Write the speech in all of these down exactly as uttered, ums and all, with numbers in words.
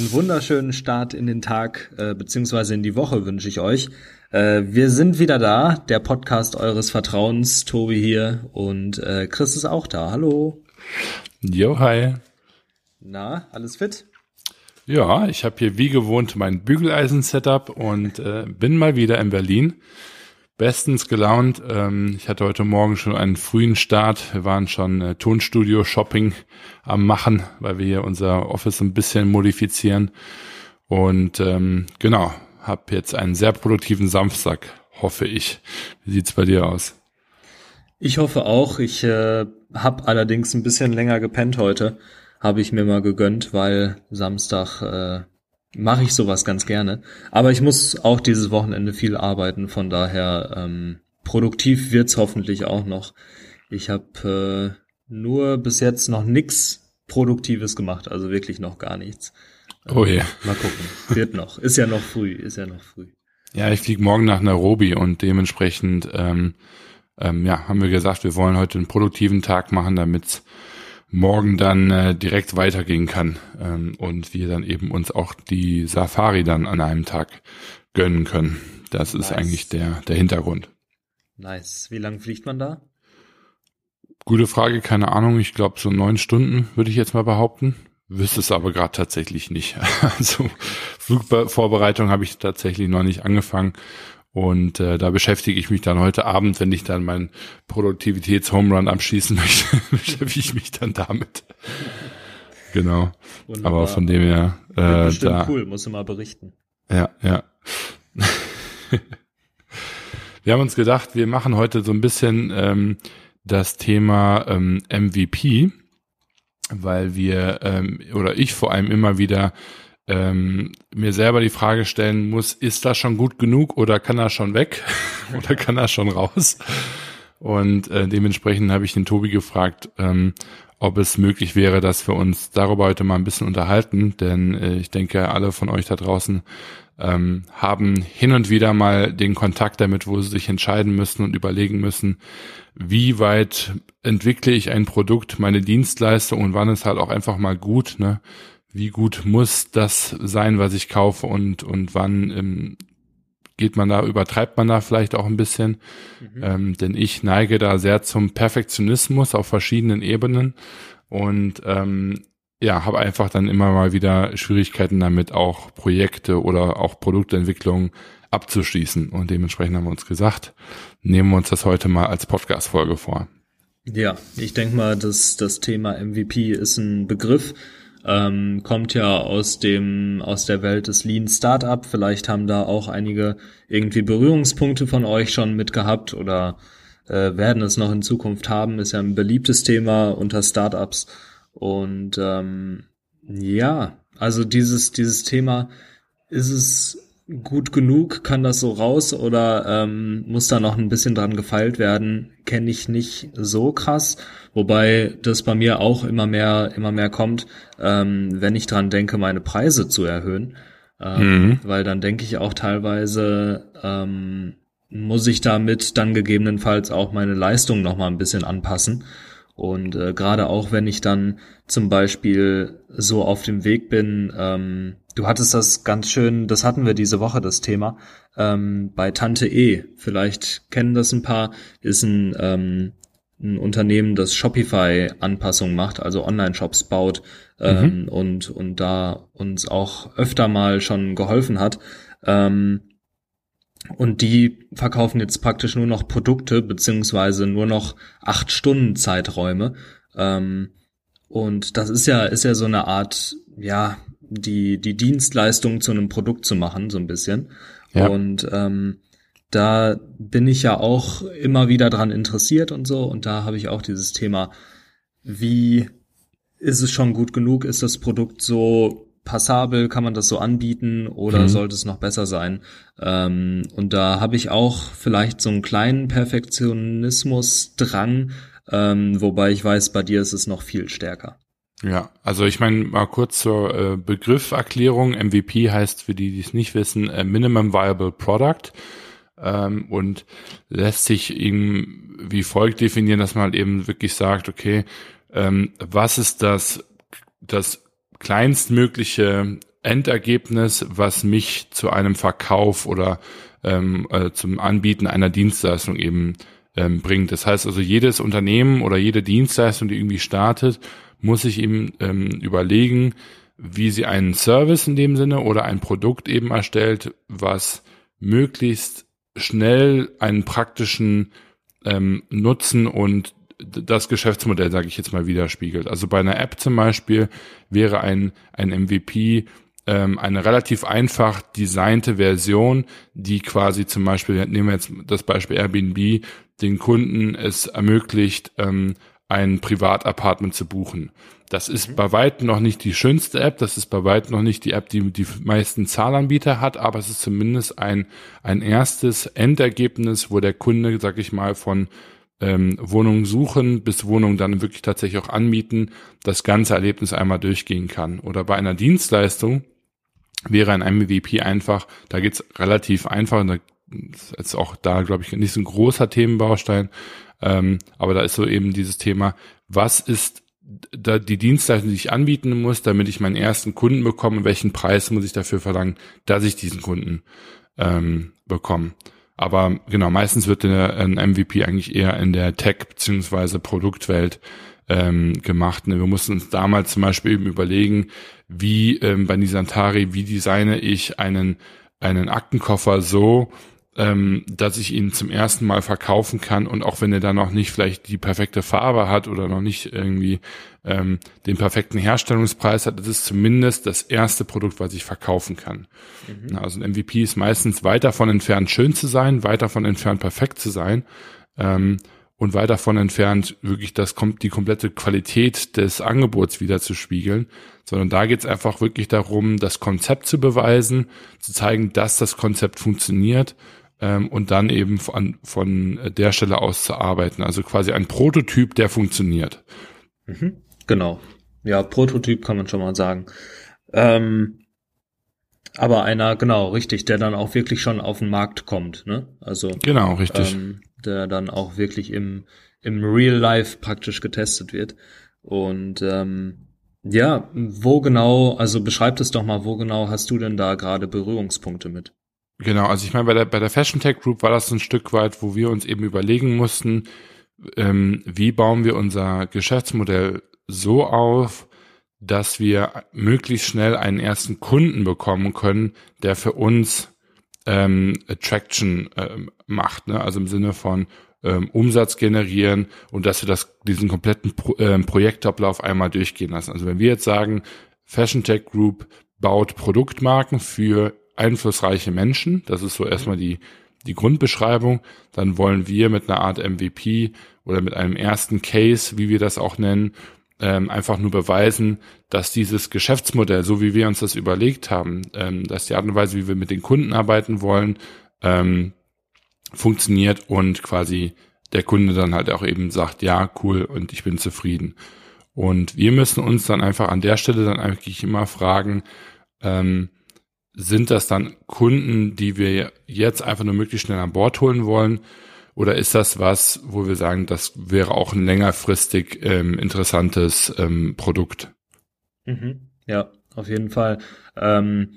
einen wunderschönen Start in den Tag äh, beziehungsweise in die Woche wünsche ich euch. Äh, wir sind wieder da, der Podcast eures Vertrauens, Tobi hier und äh, Chris ist auch da. Hallo. Jo, hi. Na, alles fit? Ja, ich habe hier wie gewohnt mein Bügeleisen-Setup und äh, bin mal wieder in Berlin. Bestens gelaunt. Ähm, ich hatte heute Morgen schon einen frühen Start. Wir waren schon äh, Tonstudio-Shopping am Machen, weil wir hier unser Office ein bisschen modifizieren. Und ähm, genau, habe jetzt einen sehr produktiven Samstag, hoffe ich. Wie sieht's bei dir aus? Ich hoffe auch. Ich äh, habe allerdings ein bisschen länger gepennt heute. Habe ich mir mal gegönnt, weil Samstag äh, mache ich sowas ganz gerne. Aber ich muss auch dieses Wochenende viel arbeiten, von daher ähm, produktiv wird's hoffentlich auch noch. Ich habe äh, nur bis jetzt noch nix Produktives gemacht, also wirklich noch gar nichts. Ähm, Oh je. Mal gucken, wird noch. Ist ja noch früh, ist ja noch früh. Ja, ich fliege morgen nach Nairobi und dementsprechend ähm, ähm, ja, haben wir gesagt, wir wollen heute einen produktiven Tag machen, damit's morgen dann äh, direkt weitergehen kann ähm, und wir dann eben uns auch die Safari dann an einem Tag gönnen können. Das ist Nice. eigentlich der der Hintergrund. Nice. Wie lange fliegt man da? Gute Frage, keine Ahnung. Ich glaube so neun Stunden würde ich jetzt mal behaupten. Wüsste es aber gerade tatsächlich nicht. Also Flugvorbereitung habe ich tatsächlich noch nicht angefangen. Und äh, da beschäftige ich mich dann heute Abend, wenn ich dann meinen Produktivitäts-Home-Run abschießen möchte, beschäftige ich mich dann damit. Genau. Wunderbar. Aber von dem her, Wird äh, bestimmt da, cool, musst du mal berichten. ja, ja. Wir haben uns gedacht, wir machen heute so ein bisschen ähm, das Thema ähm, M V P, weil wir, ähm, oder ich vor allem immer wieder ähm, mir selber die Frage stellen muss, ist das schon gut genug oder kann er schon weg oder kann er schon raus? Und äh, dementsprechend habe ich den Tobi gefragt, ähm, ob es möglich wäre, dass wir uns darüber heute mal ein bisschen unterhalten, denn äh, ich denke, alle von euch da draußen ähm, haben hin und wieder mal den Kontakt damit, wo sie sich entscheiden müssen und überlegen müssen, wie weit entwickle ich ein Produkt, meine Dienstleistung und wann ist halt auch einfach mal gut, ne? Wie gut muss das sein, was ich kaufe und und wann ähm, geht man da, übertreibt man da vielleicht auch ein bisschen, mhm. ähm, denn ich neige da sehr zum Perfektionismus auf verschiedenen Ebenen und ähm, ja, habe einfach dann immer mal wieder Schwierigkeiten damit, auch Projekte oder auch Produktentwicklung abzuschließen und dementsprechend haben wir uns gesagt, nehmen wir uns das heute mal als Podcast-Folge vor. Ja, ich denke mal, dass das Thema M V P ist ein Begriff, ähm, kommt ja aus dem aus der Welt des Lean Startup. Vielleicht haben da auch einige irgendwie Berührungspunkte von euch schon mit gehabt oder äh, werden es noch in Zukunft haben. Ist ja ein beliebtes Thema unter Startups und ähm, ja, also dieses dieses Thema, ist es gut genug, kann das so raus oder ähm, muss da noch ein bisschen dran gefeilt werden, kenne ich nicht so krass, wobei das bei mir auch immer mehr immer mehr kommt, ähm, wenn ich dran denke, meine Preise zu erhöhen, ähm, mhm. weil dann denke ich auch teilweise, ähm, muss ich damit dann gegebenenfalls auch meine Leistung noch mal ein bisschen anpassen. Und äh, gerade auch, wenn ich dann zum Beispiel so auf dem Weg bin, ähm, du hattest das ganz schön, das hatten wir diese Woche, das Thema, ähm, bei Tante E. Vielleicht kennen das ein paar, ist ein, ähm, ein Unternehmen, das Shopify-Anpassungen macht, also Online-Shops baut ähm, mhm. und und da uns auch öfter mal schon geholfen hat. Ähm, Und die verkaufen jetzt praktisch nur noch Produkte, beziehungsweise nur noch acht Stunden Zeiträume. Ähm, und das ist ja, ist ja so eine Art, ja, die, die Dienstleistung zu einem Produkt zu machen, so ein bisschen. Ja. Und ähm, da bin ich ja auch immer wieder dran interessiert und so. Und da habe ich auch dieses Thema, wie ist es schon gut genug? Ist das Produkt so passabel, kann man das so anbieten oder mhm. sollte es noch besser sein? Ähm, und da habe ich auch vielleicht so einen kleinen Perfektionismus-Drang, ähm, wobei ich weiß, bei dir ist es noch viel stärker. Ja, also ich meine mal kurz zur äh, Begrifferklärung. M V P heißt, für die, die es nicht wissen, äh, Minimum Viable Product ähm, und lässt sich eben wie folgt definieren, dass man halt eben wirklich sagt, okay, ähm, was ist das das kleinstmögliche Endergebnis, was mich zu einem Verkauf oder ähm, äh, zum Anbieten einer Dienstleistung eben ähm, bringt. Das heißt also, jedes Unternehmen oder jede Dienstleistung, die irgendwie startet, muss sich eben ähm, überlegen, wie sie einen Service in dem Sinne oder ein Produkt eben erstellt, was möglichst schnell einen praktischen ähm, Nutzen und das Geschäftsmodell, sage ich jetzt mal, widerspiegelt. Also bei einer App zum Beispiel wäre ein, ein M V P ähm, eine relativ einfach designte Version, die quasi zum Beispiel, nehmen wir jetzt das Beispiel Airbnb, den Kunden es ermöglicht, ähm, ein Privatapartment zu buchen. Das ist mhm. bei weitem noch nicht die schönste App, das ist bei weitem noch nicht die App, die die meisten Zahlanbieter hat, aber es ist zumindest ein ein erstes Endergebnis, wo der Kunde, sag ich mal, von ähm, Wohnungen suchen bis Wohnungen dann wirklich tatsächlich auch anmieten, das ganze Erlebnis einmal durchgehen kann. Oder bei einer Dienstleistung wäre ein M V P einfach, da geht's relativ einfach, und da ist auch da, glaube ich, nicht so ein großer Themenbaustein, ähm, aber da ist so eben dieses Thema, was ist da die Dienstleistung, die ich anbieten muss, damit ich meinen ersten Kunden bekomme, welchen Preis muss ich dafür verlangen, dass ich diesen Kunden ähm, bekomme. Aber genau, meistens wird der, ein M V P eigentlich eher in der Tech- bzw. Produktwelt ähm, gemacht. Ne? Wir mussten uns damals zum Beispiel eben überlegen, wie ähm, bei Nisantari, wie designe ich einen einen Aktenkoffer so, ähm, dass ich ihn zum ersten Mal verkaufen kann, und auch wenn er dann noch nicht vielleicht die perfekte Farbe hat oder noch nicht irgendwie ähm, den perfekten Herstellungspreis hat, das ist zumindest das erste Produkt, was ich verkaufen kann. Mhm. Also ein M V P ist meistens weit davon entfernt, schön zu sein, weit davon entfernt, perfekt zu sein, ähm, und weit davon entfernt, wirklich das kommt die komplette Qualität des Angebots wieder zu spiegeln, sondern da geht es einfach wirklich darum, das Konzept zu beweisen, zu zeigen, dass das Konzept funktioniert, ähm, und dann eben von, von der Stelle aus zu arbeiten. Also quasi ein Prototyp, der funktioniert. Mhm, genau. Ja, Prototyp kann man schon mal sagen. Ähm, aber einer, genau, richtig, der dann auch wirklich schon auf den Markt kommt, ne? Also genau, richtig. Ähm, der dann auch wirklich im im Real Life praktisch getestet wird. Und ähm, ja, wo genau, also beschreib das doch mal, wo genau hast du denn da gerade Berührungspunkte mit? Genau, also ich meine, bei der bei der Fashion Tech Group war das ein Stück weit, wo wir uns eben überlegen mussten, ähm, wie bauen wir unser Geschäftsmodell so auf, dass wir möglichst schnell einen ersten Kunden bekommen können, der für uns ähm, Attraction ähm, macht, ne? Also im Sinne von ähm, Umsatz generieren, und dass wir das diesen kompletten Pro, ähm, Projektablauf einmal durchgehen lassen. Also wenn wir jetzt sagen, Fashion Tech Group baut Produktmarken für einflussreiche Menschen, das ist so erstmal die die Grundbeschreibung, dann wollen wir mit einer Art M V P oder mit einem ersten Case, wie wir das auch nennen, ähm, einfach nur beweisen, dass dieses Geschäftsmodell, so wie wir uns das überlegt haben, ähm, dass die Art und Weise, wie wir mit den Kunden arbeiten wollen, ähm, funktioniert, und quasi der Kunde dann halt auch eben sagt, ja, cool, und ich bin zufrieden. Und wir müssen uns dann einfach an der Stelle dann eigentlich immer fragen, ähm, sind das dann Kunden, die wir jetzt einfach nur möglichst schnell an Bord holen wollen? Oder ist das was, wo wir sagen, das wäre auch ein längerfristig ähm, interessantes ähm, Produkt? Mhm. Ja, auf jeden Fall. Ähm,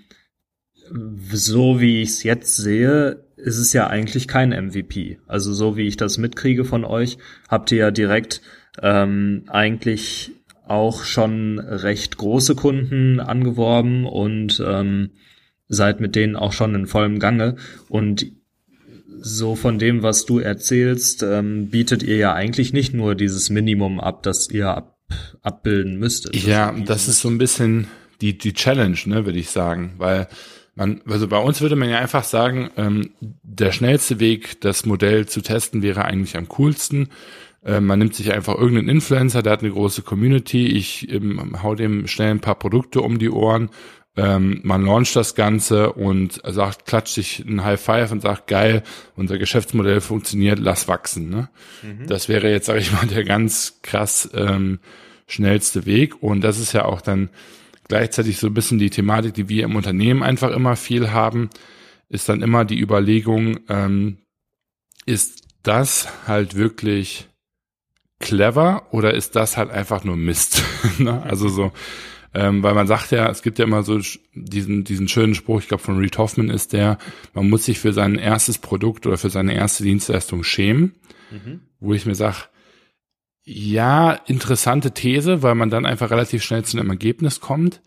so wie ich es jetzt sehe, ist es ja eigentlich kein M V P. Also so wie ich das mitkriege von euch, habt ihr ja direkt ähm, eigentlich auch schon recht große Kunden angeworben und ähm, seid mit denen auch schon in vollem Gange. Und so von dem, was du erzählst, ähm, bietet ihr ja eigentlich nicht nur dieses Minimum ab, das ihr ab, abbilden müsstet. Ja, das ist so ein bisschen die die Challenge, ne, würde ich sagen, weil man, also bei uns würde man ja einfach sagen, ähm, der schnellste Weg, das Modell zu testen, wäre eigentlich am coolsten. Ähm, man nimmt sich einfach irgendeinen Influencer, der hat eine große Community, ich ähm, hau dem schnell ein paar Produkte um die Ohren. Ähm, man launcht das Ganze und sagt, klatscht sich ein High Five und sagt, geil, unser Geschäftsmodell funktioniert, lass wachsen. Ne? Mhm. Das wäre jetzt, sage ich mal, der ganz krass ähm, schnellste Weg. Und das ist ja auch dann gleichzeitig so ein bisschen die Thematik, die wir im Unternehmen einfach immer viel haben, ist dann immer die Überlegung, ähm, ist das halt wirklich clever oder ist das halt einfach nur Mist? Ne? Also so, Ähm, weil man sagt ja, es gibt ja immer so diesen diesen schönen Spruch, ich glaube von Reid Hoffman ist der, man muss sich für sein erstes Produkt oder für seine erste Dienstleistung schämen, mhm. wo ich mir sage, ja, interessante These, weil man dann einfach relativ schnell zu einem Ergebnis kommt.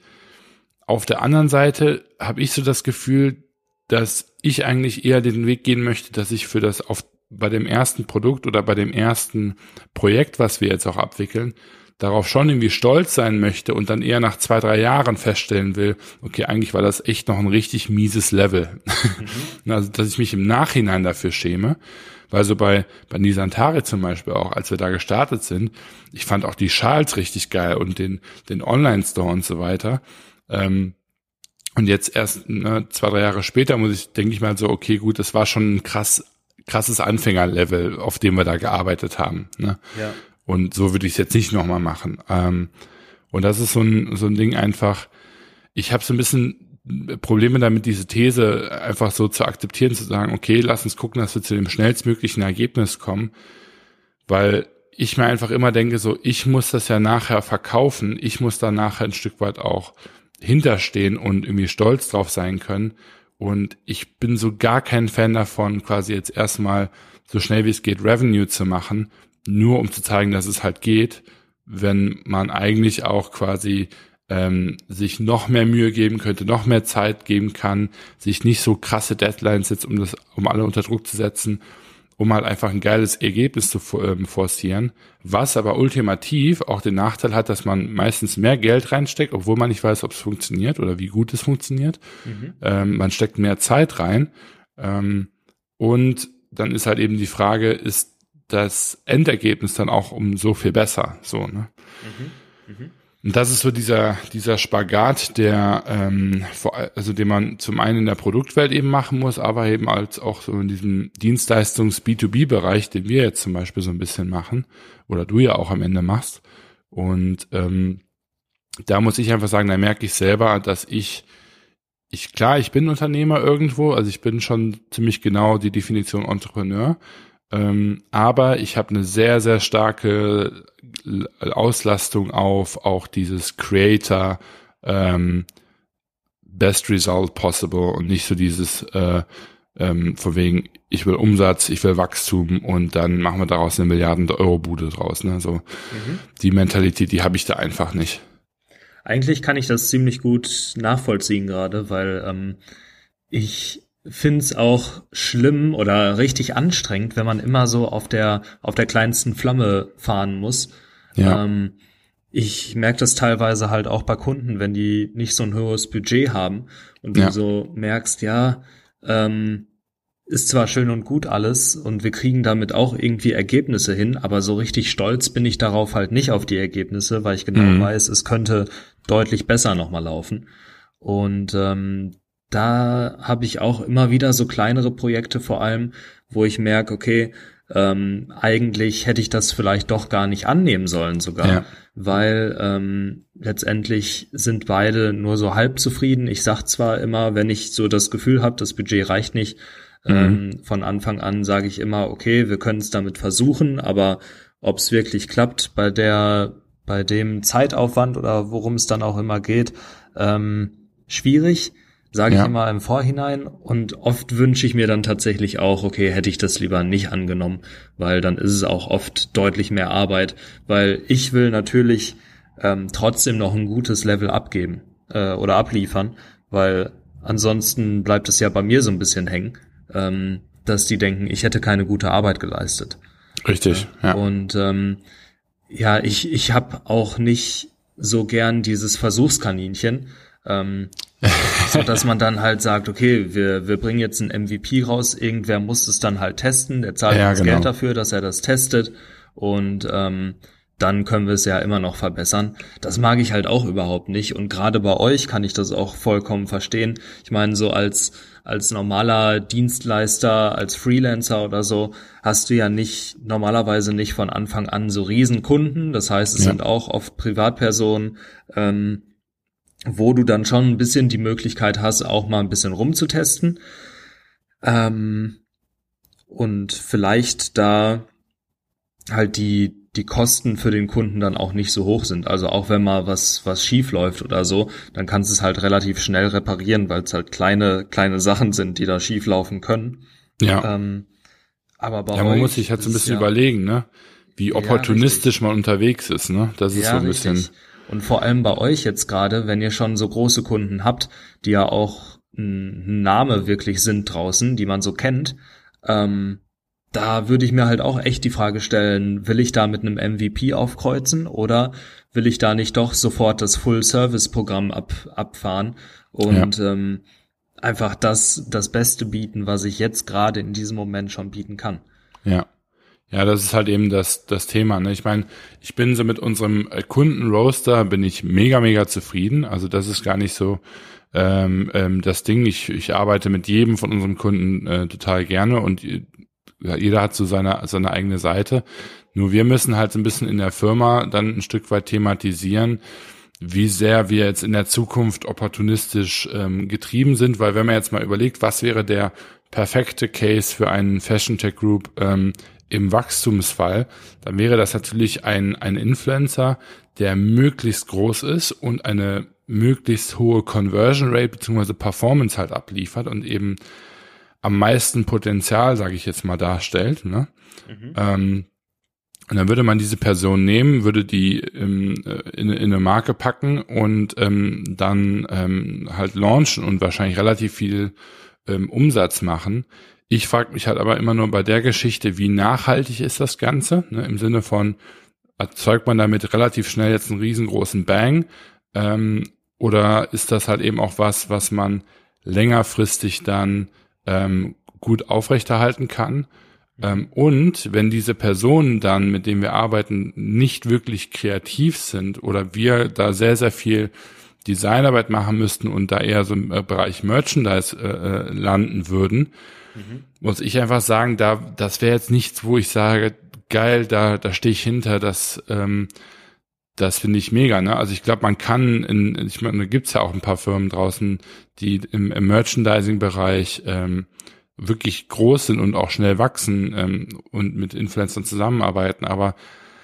Auf der anderen Seite habe ich so das Gefühl, dass ich eigentlich eher den Weg gehen möchte, dass ich für das auf bei dem ersten Produkt oder bei dem ersten Projekt, was wir jetzt auch abwickeln, darauf schon irgendwie stolz sein möchte und dann eher nach zwei, drei Jahren feststellen will, okay, eigentlich war das echt noch ein richtig mieses Level. Mhm. Also, dass ich mich im Nachhinein dafür schäme, weil so bei, bei Nisantari zum Beispiel auch, als wir da gestartet sind, ich fand auch die Schals richtig geil und den, den Online-Store und so weiter. Ähm, und jetzt erst ne, zwei, drei Jahre später muss ich, denke ich mal so, okay, gut, das war schon ein krass, krasses Anfängerlevel, auf dem wir da gearbeitet haben. Ne? Ja. Und so würde ich es jetzt nicht nochmal machen. Ähm, und das ist so ein, so ein Ding einfach, ich habe so ein bisschen Probleme damit, diese These einfach so zu akzeptieren, zu sagen, okay, lass uns gucken, dass wir zu dem schnellstmöglichen Ergebnis kommen, weil ich mir einfach immer denke, so, ich muss das ja nachher verkaufen, ich muss da nachher ein Stück weit auch hinterstehen und irgendwie stolz drauf sein können. Und ich bin so gar kein Fan davon, quasi jetzt erstmal so schnell wie es geht Revenue zu machen, nur um zu zeigen, dass es halt geht, wenn man eigentlich auch quasi ähm, sich noch mehr Mühe geben könnte, noch mehr Zeit geben kann, sich nicht so krasse Deadlines jetzt, um das, um alle unter Druck zu setzen, um halt einfach ein geiles Ergebnis zu ähm, forcieren, was aber ultimativ auch den Nachteil hat, dass man meistens mehr Geld reinsteckt, obwohl man nicht weiß, ob es funktioniert oder wie gut es funktioniert. Mhm. Ähm, man steckt mehr Zeit rein ähm, und dann ist halt eben die Frage, ist das Endergebnis dann auch um so viel besser, so, ne? Mhm. Mhm. Und das ist so dieser dieser Spagat, der ähm, vor, also den man zum einen in der Produktwelt eben machen muss, aber eben als auch so in diesem Dienstleistungs-B zwei B-Bereich, den wir jetzt zum Beispiel so ein bisschen machen oder du ja auch am Ende machst. Und ähm, da muss ich einfach sagen, da merke ich selber, dass ich ich klar, ich bin Unternehmer irgendwo, also ich bin schon ziemlich genau die Definition Entrepreneur. Ähm, aber ich habe eine sehr, sehr starke Auslastung auf auch dieses Creator ähm, Best Result Possible und nicht so dieses äh, ähm, von wegen, ich will Umsatz, ich will Wachstum und dann machen wir daraus eine Milliarden-Euro-Bude draus. Ne? So, mhm. Die Mentalität, die habe ich da einfach nicht. Eigentlich kann ich das ziemlich gut nachvollziehen gerade, weil ähm, ich find's auch schlimm oder richtig anstrengend, wenn man immer so auf der auf der kleinsten Flamme fahren muss. Ja. Ähm, ich merke das teilweise halt auch bei Kunden, wenn die nicht so ein hohes Budget haben und du ja. so merkst, ja, ähm, ist zwar schön und gut alles und wir kriegen damit auch irgendwie Ergebnisse hin, aber so richtig stolz bin ich darauf halt nicht auf die Ergebnisse, weil ich genau mhm. weiß, es könnte deutlich besser nochmal laufen. Und ähm, da habe ich auch immer wieder so kleinere Projekte vor allem, wo ich merke, okay, ähm, eigentlich hätte ich das vielleicht doch gar nicht annehmen sollen sogar, ja. weil ähm, letztendlich sind beide nur so halb zufrieden. Ich sag zwar immer, wenn ich so das Gefühl habe, das Budget reicht nicht, mhm. ähm, von Anfang an sage ich immer, okay, wir können es damit versuchen, aber ob es wirklich klappt bei der, bei dem Zeitaufwand oder worum es dann auch immer geht, ähm, schwierig. Sage ich ja. immer im Vorhinein und oft wünsche ich mir dann tatsächlich auch, okay, hätte ich das lieber nicht angenommen, weil dann ist es auch oft deutlich mehr Arbeit, weil ich will natürlich ähm, trotzdem noch ein gutes Level abgeben äh, oder abliefern, weil ansonsten bleibt es ja bei mir so ein bisschen hängen, ähm, dass die denken, ich hätte keine gute Arbeit geleistet. Richtig, ja. Und ähm, ja, ich ich habe auch nicht so gern dieses Versuchskaninchen, ähm, so dass man dann halt sagt, okay, wir wir bringen jetzt ein M V P raus, irgendwer muss es dann halt testen, der zahlt ja, uns genau. Geld dafür, dass er das testet und ähm, dann können wir es ja immer noch verbessern. Das mag ich halt auch überhaupt nicht und gerade bei euch kann ich das auch vollkommen verstehen. Ich meine, so als als normaler Dienstleister, als Freelancer oder so, hast du ja nicht, normalerweise nicht von Anfang an so Riesenkunden, das heißt, es ja. sind auch oft Privatpersonen, ähm, wo du dann schon ein bisschen die Möglichkeit hast, auch mal ein bisschen rumzutesten ähm, und vielleicht da halt die die Kosten für den Kunden dann auch nicht so hoch sind. Also auch wenn mal was was schief läuft oder so, dann kannst du es halt relativ schnell reparieren, weil es halt kleine kleine Sachen sind, die da schief laufen können. Ja. Ähm, aber bei ja, man euch muss sich halt so ein ist bisschen ja, überlegen, ne? Wie opportunistisch ja, man unterwegs ist, ne? Das ist ja, so ein richtig. bisschen. Und vor allem bei euch jetzt gerade, wenn ihr schon so große Kunden habt, die ja auch ein Name wirklich sind draußen, die man so kennt, ähm, da würde ich mir halt auch echt die Frage stellen, will ich da mit einem M V P aufkreuzen oder will ich da nicht doch sofort das Full-Service-Programm ab, abfahren und ja. ähm, einfach das, das Beste bieten, was ich jetzt gerade in diesem Moment schon bieten kann. Ja. Ja, das ist halt eben das das Thema. Ne? Ich meine, ich bin so mit unserem Kunden-Roaster bin ich mega, mega zufrieden. Also das ist gar nicht so ähm, ähm, das Ding. Ich, ich arbeite mit jedem von unseren Kunden äh, total gerne und ja, jeder hat so seine, seine eigene Seite. Nur wir müssen halt so ein bisschen in der Firma dann ein Stück weit thematisieren, wie sehr wir jetzt in der Zukunft opportunistisch ähm, getrieben sind. Weil wenn man jetzt mal überlegt, was wäre der perfekte Case für einen Fashion Tech Group ähm, im Wachstumsfall, dann wäre das natürlich ein, ein Influencer, der möglichst groß ist und eine möglichst hohe Conversion Rate bzw. Performance halt abliefert und eben am meisten Potenzial, sage ich jetzt mal, darstellt. Ne? Mhm. Ähm, und dann würde man diese Person nehmen, würde die ähm, in, in eine Marke packen und ähm, dann ähm, halt launchen und wahrscheinlich relativ viel ähm, Umsatz machen. Ich frage mich halt aber immer nur bei der Geschichte, wie nachhaltig ist das Ganze? Ne? Im Sinne von, erzeugt man damit relativ schnell jetzt einen riesengroßen Bang? Ähm, oder ist das halt eben auch was, was man längerfristig dann ähm, gut aufrechterhalten kann? Mhm. Ähm, und wenn diese Personen dann, mit denen wir arbeiten, nicht wirklich kreativ sind oder wir da sehr, sehr viel Designarbeit machen müssten und da eher so im Bereich Merchandise äh, landen würden, mhm. muss ich einfach sagen, da das wäre jetzt nichts, wo ich sage, geil, da da stehe ich hinter, das ähm, das finde ich mega, ne? Also ich glaube, man kann, in, ich meine, da gibt's ja auch ein paar Firmen draußen, die im, im Merchandising-Bereich ähm, wirklich groß sind und auch schnell wachsen ähm, und mit Influencern zusammenarbeiten, aber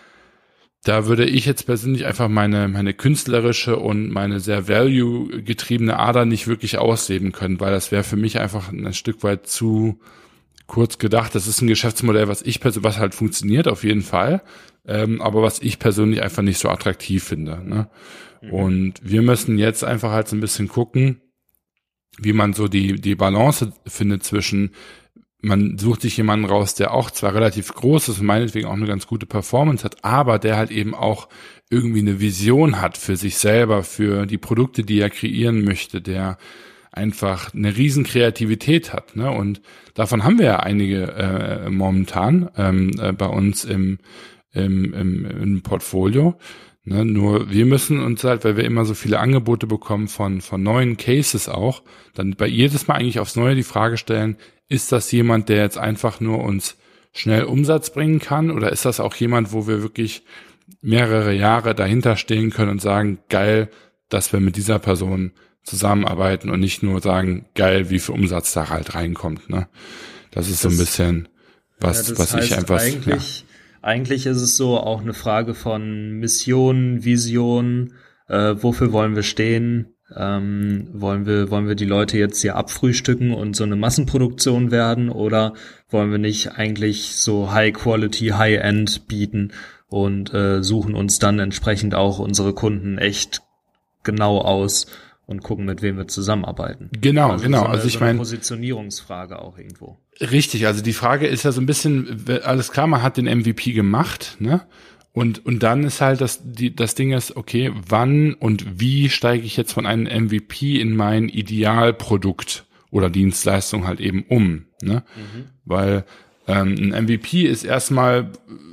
da würde ich jetzt persönlich einfach meine meine künstlerische und meine sehr value-getriebene Ader nicht wirklich ausleben können, weil das wäre für mich einfach ein Stück weit zu kurz gedacht. Das ist ein Geschäftsmodell, was ich persönlich, was halt funktioniert auf jeden Fall, ähm, aber was ich persönlich einfach nicht so attraktiv finde. Ne? Mhm. Und wir müssen jetzt einfach halt so ein bisschen gucken, wie man so die die Balance findet zwischen, man sucht sich jemanden raus, der auch zwar relativ groß ist und meinetwegen auch eine ganz gute Performance hat, aber der halt eben auch irgendwie eine Vision hat für sich selber, für die Produkte, die er kreieren möchte, der einfach eine riesen Kreativität hat. Ne? Und davon haben wir ja einige äh, momentan ähm, äh, bei uns im, im, im, im Portfolio. Ne? Nur wir müssen uns halt, weil wir immer so viele Angebote bekommen von, von neuen Cases auch, dann bei jedes Mal eigentlich aufs Neue die Frage stellen, ist das jemand, der jetzt einfach nur uns schnell Umsatz bringen kann, oder ist das auch jemand, wo wir wirklich mehrere Jahre dahinter stehen können und sagen, geil, dass wir mit dieser Person zusammenarbeiten und nicht nur sagen, geil, wie viel Umsatz da halt reinkommt. Ne? Das ist das, so ein bisschen was, ja, was ich einfach... Eigentlich, ja. eigentlich ist es so auch eine Frage von Mission, Vision, äh, wofür wollen wir stehen? Ähm, wollen wir wollen wir die Leute jetzt hier abfrühstücken und so eine Massenproduktion werden, oder wollen wir nicht eigentlich so High Quality, High End bieten und äh, suchen uns dann entsprechend auch unsere Kunden echt genau aus und gucken, mit wem wir zusammenarbeiten. Genau, also genau. So eine, also ich so eine meine, Positionierungsfrage auch irgendwo. Richtig, also die Frage ist ja so ein bisschen, alles klar, man hat den M V P gemacht, ne? Und, und dann ist halt das, die, das Ding ist, okay, wann und wie steige ich jetzt von einem M V P in mein Idealprodukt oder Dienstleistung halt eben um, ne? Mhm. Weil ähm, ein M V P ist erstmal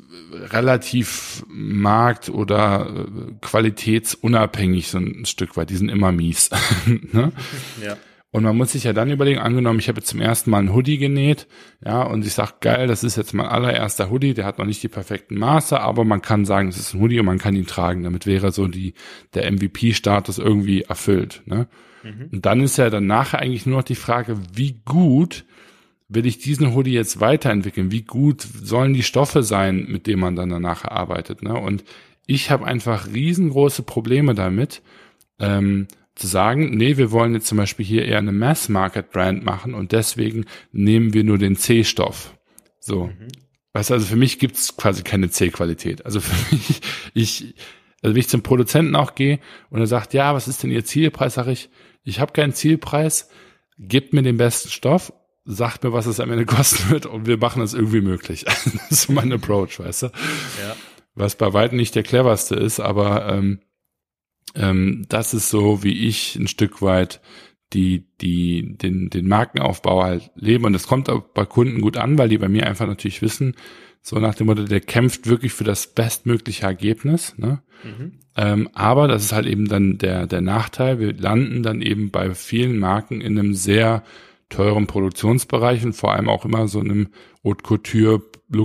relativ markt- oder äh, qualitätsunabhängig, so ein Stück weit. Die sind immer mies, ne? Ja. Und man muss sich ja dann überlegen, angenommen, ich habe jetzt zum ersten Mal einen Hoodie genäht, ja, und ich sage, geil, das ist jetzt mein allererster Hoodie, der hat noch nicht die perfekten Maße, aber man kann sagen, es ist ein Hoodie und man kann ihn tragen. Damit wäre so die der M V P-Status irgendwie erfüllt. Ne? Mhm. Und dann ist ja dann nachher eigentlich nur noch die Frage, wie gut will ich diesen Hoodie jetzt weiterentwickeln? Wie gut sollen die Stoffe sein, mit denen man dann danach arbeitet? Ne? Und ich habe einfach riesengroße Probleme damit, ähm, zu sagen, nee, wir wollen jetzt zum Beispiel hier eher eine Mass-Market-Brand machen und deswegen nehmen wir nur den C-Stoff. So. Mhm. Weißt du, also für mich gibt's quasi keine C-Qualität. Also für mich, ich, also wenn ich zum Produzenten auch gehe und er sagt, ja, was ist denn Ihr Zielpreis? Sag ich, ich habe keinen Zielpreis, gebt mir den besten Stoff, sagt mir, was es am Ende kosten wird und wir machen das irgendwie möglich. Das ist so mein Approach, weißt du? Ja. Was bei weitem nicht der cleverste ist, aber ähm, ähm, das ist so, wie ich ein Stück weit die die den den Markenaufbau halt lebe. Und das kommt auch bei Kunden gut an, weil die bei mir einfach natürlich wissen, so nach dem Motto, der kämpft wirklich für das bestmögliche Ergebnis. Ne? Mhm. Ähm, aber das ist halt eben dann der der Nachteil. Wir landen dann eben bei vielen Marken in einem sehr teuren Produktionsbereich und vor allem auch immer so einem Haute Couture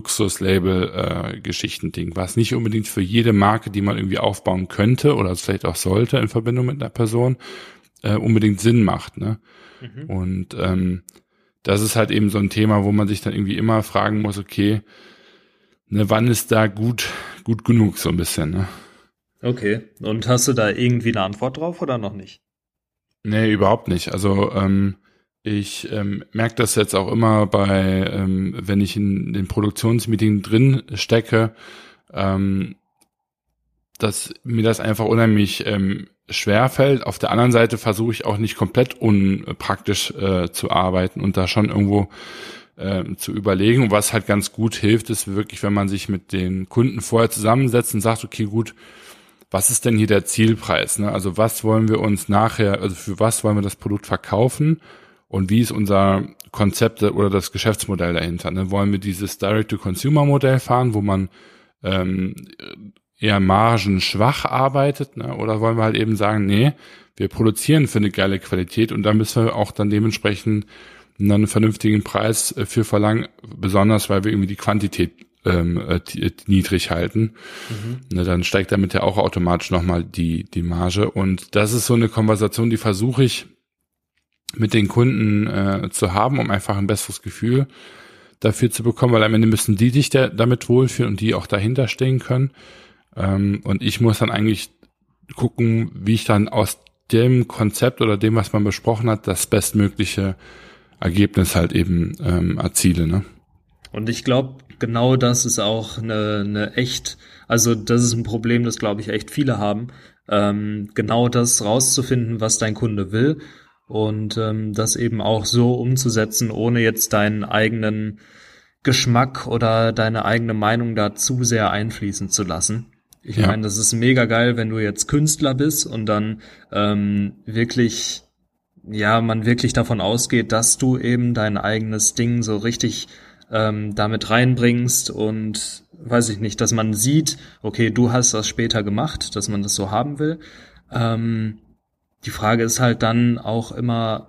Luxus-Label-Geschichten-Ding, was nicht unbedingt für jede Marke, die man irgendwie aufbauen könnte oder es vielleicht auch sollte in Verbindung mit einer Person, äh, unbedingt Sinn macht. Ne? Mhm. Und ähm, das ist halt eben so ein Thema, wo man sich dann irgendwie immer fragen muss, okay, ne, wann ist da gut gut genug so ein bisschen. Ne? Okay, und hast du da irgendwie eine Antwort drauf oder noch nicht? Nee, überhaupt nicht. Also ähm, ich ähm, merke das jetzt auch immer bei, ähm, wenn ich in den Produktionsmeeting drin stecke, ähm, dass mir das einfach unheimlich ähm, schwer fällt. Auf der anderen Seite versuche ich auch nicht komplett unpraktisch äh, zu arbeiten und da schon irgendwo äh, zu überlegen. Und was halt ganz gut hilft, ist wirklich, wenn man sich mit den Kunden vorher zusammensetzt und sagt, okay, gut, was ist denn hier der Zielpreis? Ne? Also was wollen wir uns nachher, also für was wollen wir das Produkt verkaufen? Und wie ist unser Konzept oder das Geschäftsmodell dahinter? Ne? Wollen wir dieses Direct-to-Consumer-Modell fahren, wo man ähm, eher margenschwach arbeitet? Ne? Oder wollen wir halt eben sagen, nee, wir produzieren für eine geile Qualität und da müssen wir auch dann dementsprechend einen vernünftigen Preis für verlangen, besonders weil wir irgendwie die Quantität ähm, äh, niedrig halten. Mhm. Ne, dann steigt damit ja auch automatisch nochmal die, die Marge. Und das ist so eine Konversation, die versuche ich mit den Kunden äh, zu haben, um einfach ein besseres Gefühl dafür zu bekommen, weil am Ende müssen die sich da, damit wohlfühlen und die auch dahinter stehen können. Ähm, und ich muss dann eigentlich gucken, wie ich dann aus dem Konzept oder dem, was man besprochen hat, das bestmögliche Ergebnis halt eben ähm, erziele. Ne? Und ich glaube, genau das ist auch eine, eine echt, also das ist ein Problem, das glaube ich echt viele haben, ähm, genau das rauszufinden, was dein Kunde will. Und ähm, das eben auch so umzusetzen, ohne jetzt deinen eigenen Geschmack oder deine eigene Meinung da zu sehr einfließen zu lassen. Ich ja. meine, das ist mega geil, wenn du jetzt Künstler bist und dann ähm, wirklich, ja, man wirklich davon ausgeht, dass du eben dein eigenes Ding so richtig ähm, damit reinbringst und weiß ich nicht, dass man sieht, okay, du hast das später gemacht, dass man das so haben will. Ähm, Die Frage ist halt dann auch immer,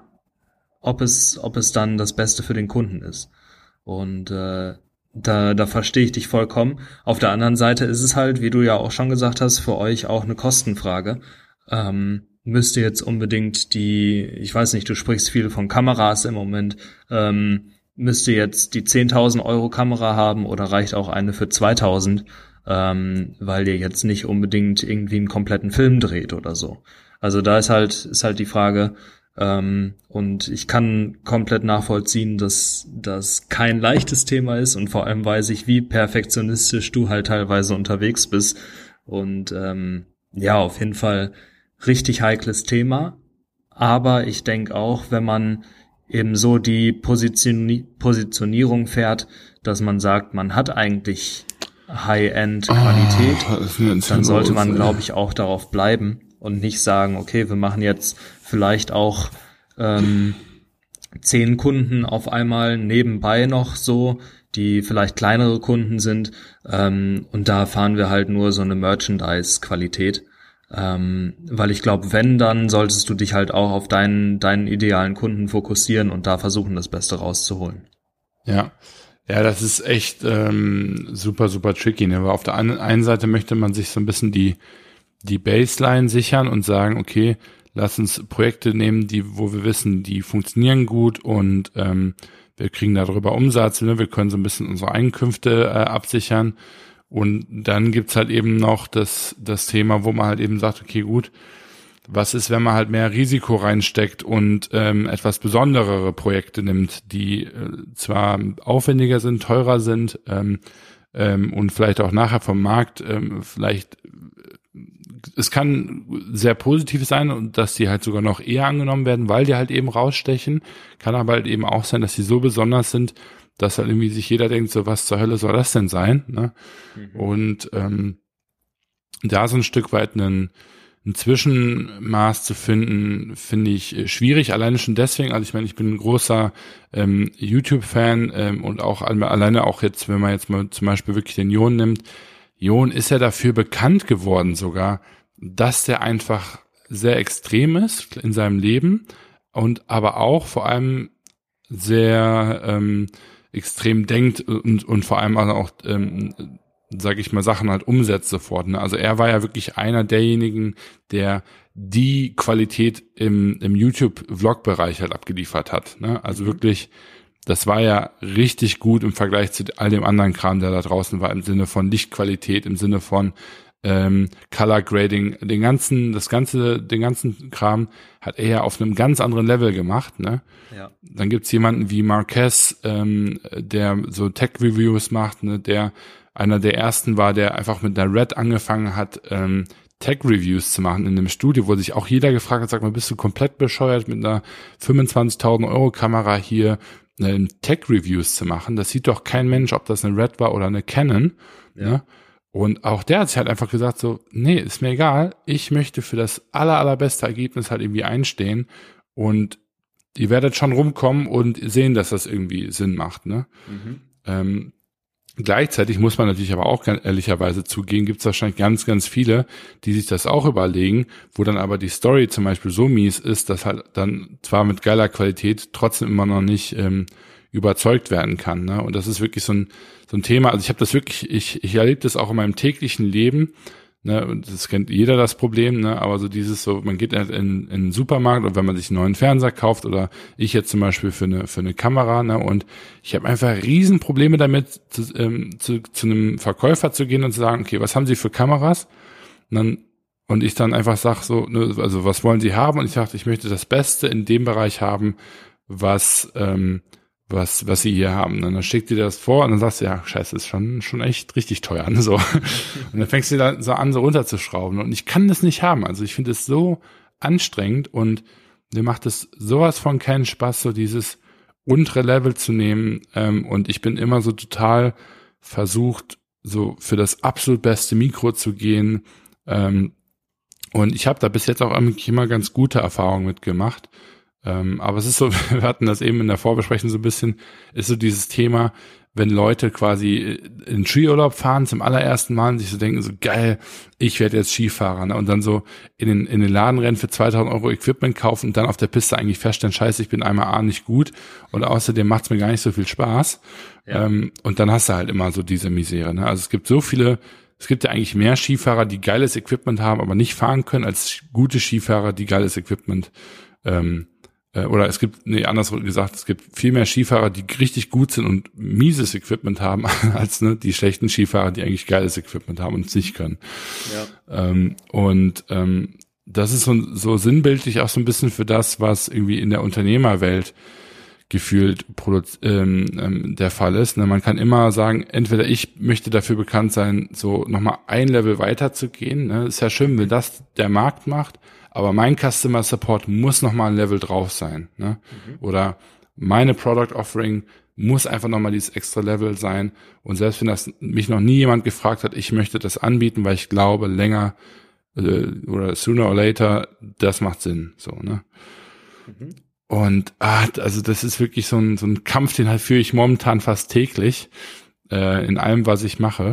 ob es, ob es dann das Beste für den Kunden ist. Und äh, da, da verstehe ich dich vollkommen. Auf der anderen Seite ist es halt, wie du ja auch schon gesagt hast, für euch auch eine Kostenfrage. Ähm, müsst ihr jetzt unbedingt die, ich weiß nicht, du sprichst viel von Kameras im Moment, ähm, müsst ihr jetzt die zehntausend Euro Kamera haben oder reicht auch eine für zweitausend, ähm, weil ihr jetzt nicht unbedingt irgendwie einen kompletten Film dreht oder so. Also da ist halt ist halt die Frage, ähm, und ich kann komplett nachvollziehen, dass das kein leichtes Thema ist und vor allem weiß ich, wie perfektionistisch du halt teilweise unterwegs bist und ähm, ja, auf jeden Fall richtig heikles Thema, aber ich denke auch, wenn man eben so die Positioni- Positionierung fährt, dass man sagt, man hat eigentlich High-End-Qualität, oh, dann sollte man, glaube ich, auch darauf bleiben. Und nicht sagen, okay, wir machen jetzt vielleicht auch ähm, zehn Kunden auf einmal nebenbei noch so, die vielleicht kleinere Kunden sind. Ähm, und da fahren wir halt nur so eine Merchandise-Qualität. Ähm, weil ich glaube, wenn, dann solltest du dich halt auch auf deinen, deinen idealen Kunden fokussieren und da versuchen, das Beste rauszuholen. Ja. Ja, das ist echt ähm, super, super tricky. Ne? Aber auf der einen Seite möchte man sich so ein bisschen die die Baseline sichern und sagen, okay, lass uns Projekte nehmen, die, wo wir wissen, die funktionieren gut und ähm, wir kriegen darüber Umsatz, ne? Wir können so ein bisschen unsere Einkünfte äh, absichern. Und dann gibt's halt eben noch das das Thema, wo man halt eben sagt, okay, gut, was ist, wenn man halt mehr Risiko reinsteckt und ähm, etwas besonderere Projekte nimmt, die äh, zwar aufwendiger sind, teurer sind ähm, ähm, und vielleicht auch nachher vom Markt ähm, vielleicht, äh, es kann sehr positiv sein und dass die halt sogar noch eher angenommen werden, weil die halt eben rausstechen, kann aber halt eben auch sein, dass die so besonders sind, dass halt irgendwie sich jeder denkt, so was zur Hölle soll das denn sein, ne? Mhm. Und ähm, da so ein Stück weit einen ein Zwischenmaß zu finden, finde ich schwierig, alleine schon deswegen, also ich meine, ich bin ein großer ähm, YouTube-Fan ähm, und auch alleine auch jetzt, wenn man jetzt mal zum Beispiel wirklich den Jon nimmt, Jon ist ja dafür bekannt geworden sogar, dass der einfach sehr extrem ist in seinem Leben und aber auch vor allem sehr ähm, extrem denkt und, und vor allem auch ähm, sage ich mal, Sachen halt umsetzt sofort. Ne? Also er war ja wirklich einer derjenigen, der die Qualität im, im YouTube-Vlog-Bereich halt abgeliefert hat. Ne? Also wirklich, das war ja richtig gut im Vergleich zu all dem anderen Kram, der da draußen war, im Sinne von Lichtqualität, im Sinne von ähm, Color Grading, den ganzen, das ganze, den ganzen Kram hat er ja auf einem ganz anderen Level gemacht. Ne? Ja. Dann gibt's jemanden wie Marquez, ähm, der so Tech-Reviews macht, ne? der einer der ersten war, der einfach mit einer Red angefangen hat, ähm, Tech-Reviews zu machen in einem Studio, wo sich auch jeder gefragt hat, sag mal, bist du komplett bescheuert, mit einer fünfundzwanzigtausend Euro Kamera hier ähm, Tech-Reviews zu machen? Das sieht doch kein Mensch, ob das eine Red war oder eine Canon. Ja. Ne? Und auch der hat sich halt einfach gesagt so, nee, ist mir egal, ich möchte für das aller, allerbeste Ergebnis halt irgendwie einstehen und ihr werdet schon rumkommen und sehen, dass das irgendwie Sinn macht. Ne? Mhm. Ähm, Gleichzeitig muss man natürlich aber auch ehrlicherweise zugeben, gibt es wahrscheinlich ganz, ganz viele, die sich das auch überlegen, wo dann aber die Story zum Beispiel so mies ist, dass halt dann zwar mit geiler Qualität trotzdem immer noch nicht ähm, überzeugt werden kann. Ne? Und das ist wirklich so ein so ein Thema. Also ich habe das wirklich, ich ich erlebe das auch in meinem täglichen Leben. Ne, und das kennt jeder das Problem, ne, aber so dieses so, man geht halt in, in den Supermarkt und wenn man sich einen neuen Fernseher kauft oder ich jetzt zum Beispiel für eine für eine Kamera, ne, und ich habe einfach Riesenprobleme damit, zu, ähm, zu, zu einem Verkäufer zu gehen und zu sagen, okay, was haben Sie für Kameras? Und dann und ich dann einfach sag so, ne, also was wollen Sie haben? Und ich sage, ich möchte das Beste in dem Bereich haben, was ähm, was was sie hier haben. Und dann schickt dir das vor und dann sagst du, ja, scheiße, ist schon schon echt richtig teuer. Ne? So. Und dann fängst du da so an, so runterzuschrauben. Und ich kann das nicht haben. Also ich finde es so anstrengend und mir macht es sowas von keinen Spaß, so dieses untere Level zu nehmen. Ähm, und ich bin immer so total versucht, so für das absolut beste Mikro zu gehen. Ähm, und ich habe da bis jetzt auch immer ganz gute Erfahrungen mitgemacht. Ähm, aber es ist so, wir hatten das eben in der Vorbesprechung so ein bisschen, ist so dieses Thema, wenn Leute quasi in Skiurlaub fahren zum allerersten Mal und sich so denken, so geil, ich werde jetzt Skifahrer, ne? Und dann so in den, in den Laden rennen, für zweitausend Euro Equipment kaufen und dann auf der Piste eigentlich feststellen, scheiße, ich bin einmal A nicht gut und außerdem macht's mir gar nicht so viel Spaß. Ja. Ähm, und dann hast du halt immer so diese Misere, ne? Also es gibt so viele, es gibt ja eigentlich mehr Skifahrer, die geiles Equipment haben, aber nicht fahren können, als gute Skifahrer, die geiles Equipment ähm, oder es gibt, nee, anders gesagt, es gibt viel mehr Skifahrer, die richtig gut sind und mieses Equipment haben, als ne, die schlechten Skifahrer, die eigentlich geiles Equipment haben und es nicht können. Ja. Ähm, und ähm, das ist so, so sinnbildlich auch so ein bisschen für das, was irgendwie in der Unternehmerwelt gefühlt produz- ähm, ähm, der Fall ist. Ne, man kann immer sagen, entweder ich möchte dafür bekannt sein, so nochmal ein Level weiter zu gehen. Ne? Ist ja schön, wenn das der Markt macht, aber mein Customer Support muss nochmal ein Level drauf sein. Ne? Mhm. Oder meine Product Offering muss einfach nochmal dieses extra Level sein. Und selbst wenn das mich noch nie jemand gefragt hat, ich möchte das anbieten, weil ich glaube, länger äh, oder sooner or later, das macht Sinn. So, ne? Mhm. Und ah, also das ist wirklich so ein, so ein Kampf, den halt führe ich momentan fast täglich äh, in allem, was ich mache.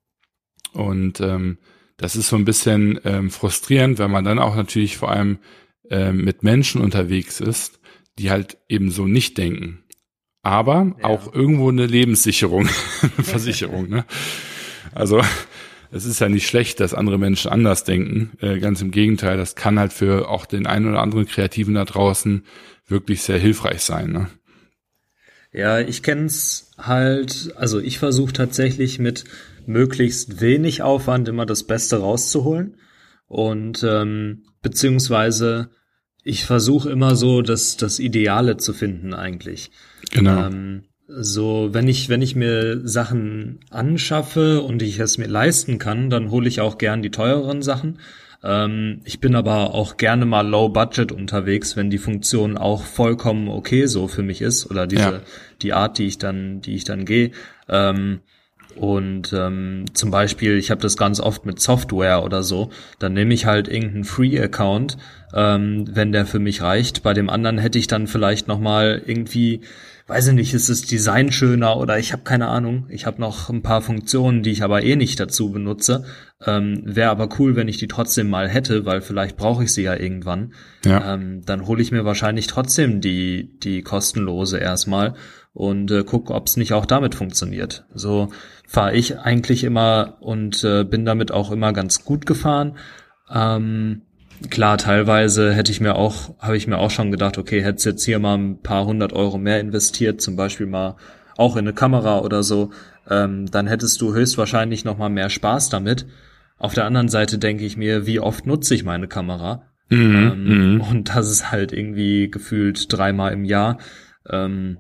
Und ähm, das ist so ein bisschen ähm, frustrierend, wenn man dann auch natürlich vor allem ähm, mit Menschen unterwegs ist, die halt eben so nicht denken. Aber ja. auch irgendwo eine Lebenssicherung, Versicherung. Ne? Also es ist ja nicht schlecht, dass andere Menschen anders denken. Äh, ganz im Gegenteil, das kann halt für auch den einen oder anderen Kreativen da draußen wirklich sehr hilfreich sein. Ne? Ja, ich kenn's halt, also ich versuche tatsächlich mit möglichst wenig Aufwand immer das Beste rauszuholen und ähm, beziehungsweise ich versuche immer so das das Ideale zu finden eigentlich. Genau. Ähm, so, wenn ich wenn ich mir Sachen anschaffe und ich es mir leisten kann, dann hole ich auch gern die teureren Sachen. Ähm, ich bin aber auch gerne mal low budget unterwegs, wenn die Funktion auch vollkommen okay so für mich ist oder diese Ja. die Art, die ich dann die ich dann gehe. Ähm, und ähm, zum Beispiel, ich habe das ganz oft mit Software oder so, dann nehme ich halt irgendeinen Free-Account, ähm, wenn der für mich reicht. Bei dem anderen hätte ich dann vielleicht nochmal irgendwie, weiß ich nicht, ist das Design schöner oder ich habe keine Ahnung. Ich habe noch ein paar Funktionen, die ich aber eh nicht dazu benutze. Ähm, wäre aber cool, wenn ich die trotzdem mal hätte, weil vielleicht brauche ich sie ja irgendwann. Ja. Ähm, dann hole ich mir wahrscheinlich trotzdem die die kostenlose erstmal und äh, guck, ob es nicht auch damit funktioniert. So fahre ich eigentlich immer und äh, bin damit auch immer ganz gut gefahren. Ähm, klar, teilweise hätte ich mir auch, habe ich mir auch schon gedacht, okay, hättest jetzt hier mal ein paar hundert Euro mehr investiert, zum Beispiel mal auch in eine Kamera oder so, ähm, dann hättest du höchstwahrscheinlich noch mal mehr Spaß damit. Auf der anderen Seite denke ich mir, wie oft nutze ich meine Kamera? Mhm, Ähm, mhm. und das ist halt irgendwie gefühlt dreimal im Jahr. Ähm,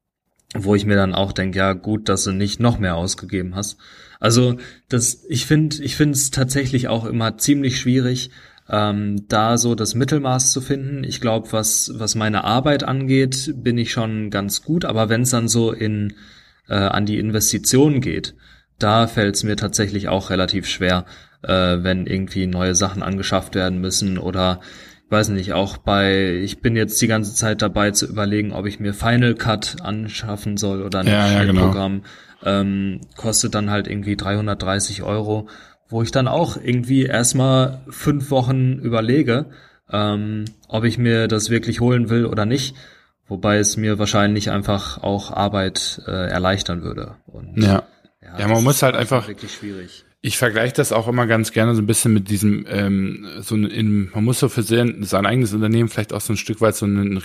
wo ich mir dann auch denke, ja gut, dass du nicht noch mehr ausgegeben hast. Also das, ich finde, ich finde es tatsächlich auch immer ziemlich schwierig, ähm, da so das Mittelmaß zu finden. Ich glaube, was was meine Arbeit angeht, bin ich schon ganz gut, aber wenn es dann so in äh, an die Investition geht, da fällt es mir tatsächlich auch relativ schwer, äh, wenn irgendwie neue Sachen angeschafft werden müssen oder weiß nicht, auch bei, ich bin jetzt die ganze Zeit dabei zu überlegen, ob ich mir Final Cut anschaffen soll oder ein Ja, ja, genau. Schnittprogramm, ähm, kostet dann halt irgendwie dreihundertdreißig Euro, wo ich dann auch irgendwie erstmal fünf Wochen überlege, ähm, ob ich mir das wirklich holen will oder nicht, wobei es mir wahrscheinlich einfach auch Arbeit äh, erleichtern würde. Und Ja. ja, Ja, man das muss ist halt einfach, wirklich schwierig. ich vergleiche das auch immer ganz gerne so ein bisschen mit diesem, ähm, so in, man muss so für sein, sein eigenes Unternehmen vielleicht auch so ein Stück weit so einen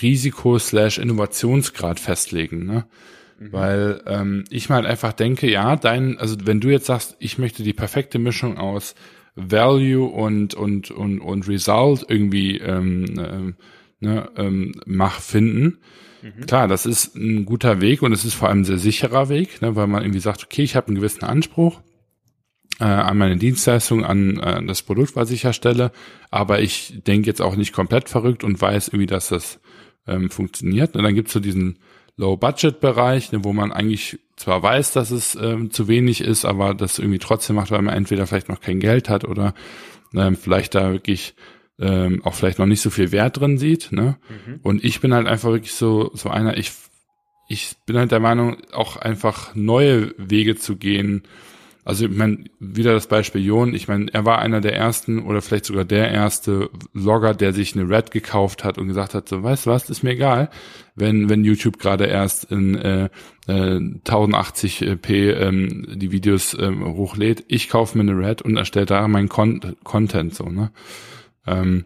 Risiko-slash-Innovationsgrad festlegen, ne? Mhm. Weil ähm, ich mal halt einfach denke, ja, dein, also wenn du jetzt sagst, ich möchte die perfekte Mischung aus Value und und und und Result irgendwie ähm, ähm, ne, ähm, mach finden. Mhm. Klar, das ist ein guter Weg und es ist vor allem ein sehr sicherer Weg, ne, weil man irgendwie sagt, okay, ich habe einen gewissen Anspruch äh, an meine Dienstleistung, an äh, das Produkt, was ich herstelle, aber ich denke jetzt auch nicht komplett verrückt und weiß irgendwie, dass das ähm, funktioniert. Und dann gibt's so diesen Low-Budget-Bereich, ne, wo man eigentlich zwar weiß, dass es ähm, zu wenig ist, aber das irgendwie trotzdem macht, weil man entweder vielleicht noch kein Geld hat oder ähm, vielleicht da wirklich ähm, auch vielleicht noch nicht so viel Wert drin sieht. Ne? Mhm. Und ich bin halt einfach wirklich so so einer, ich ich bin halt der Meinung, auch einfach neue Wege zu gehen. Also ich meine, wieder das Beispiel Jon, ich meine, er war einer der ersten oder vielleicht sogar der erste Vlogger, der sich eine Red gekauft hat und gesagt hat, so, weißt du was, ist mir egal, wenn wenn YouTube gerade erst in äh, äh, tausendachtzig p ähm, die Videos ähm, hochlädt, ich kaufe mir eine Red und erstelle da meinen Con- Content so, ne? Ähm,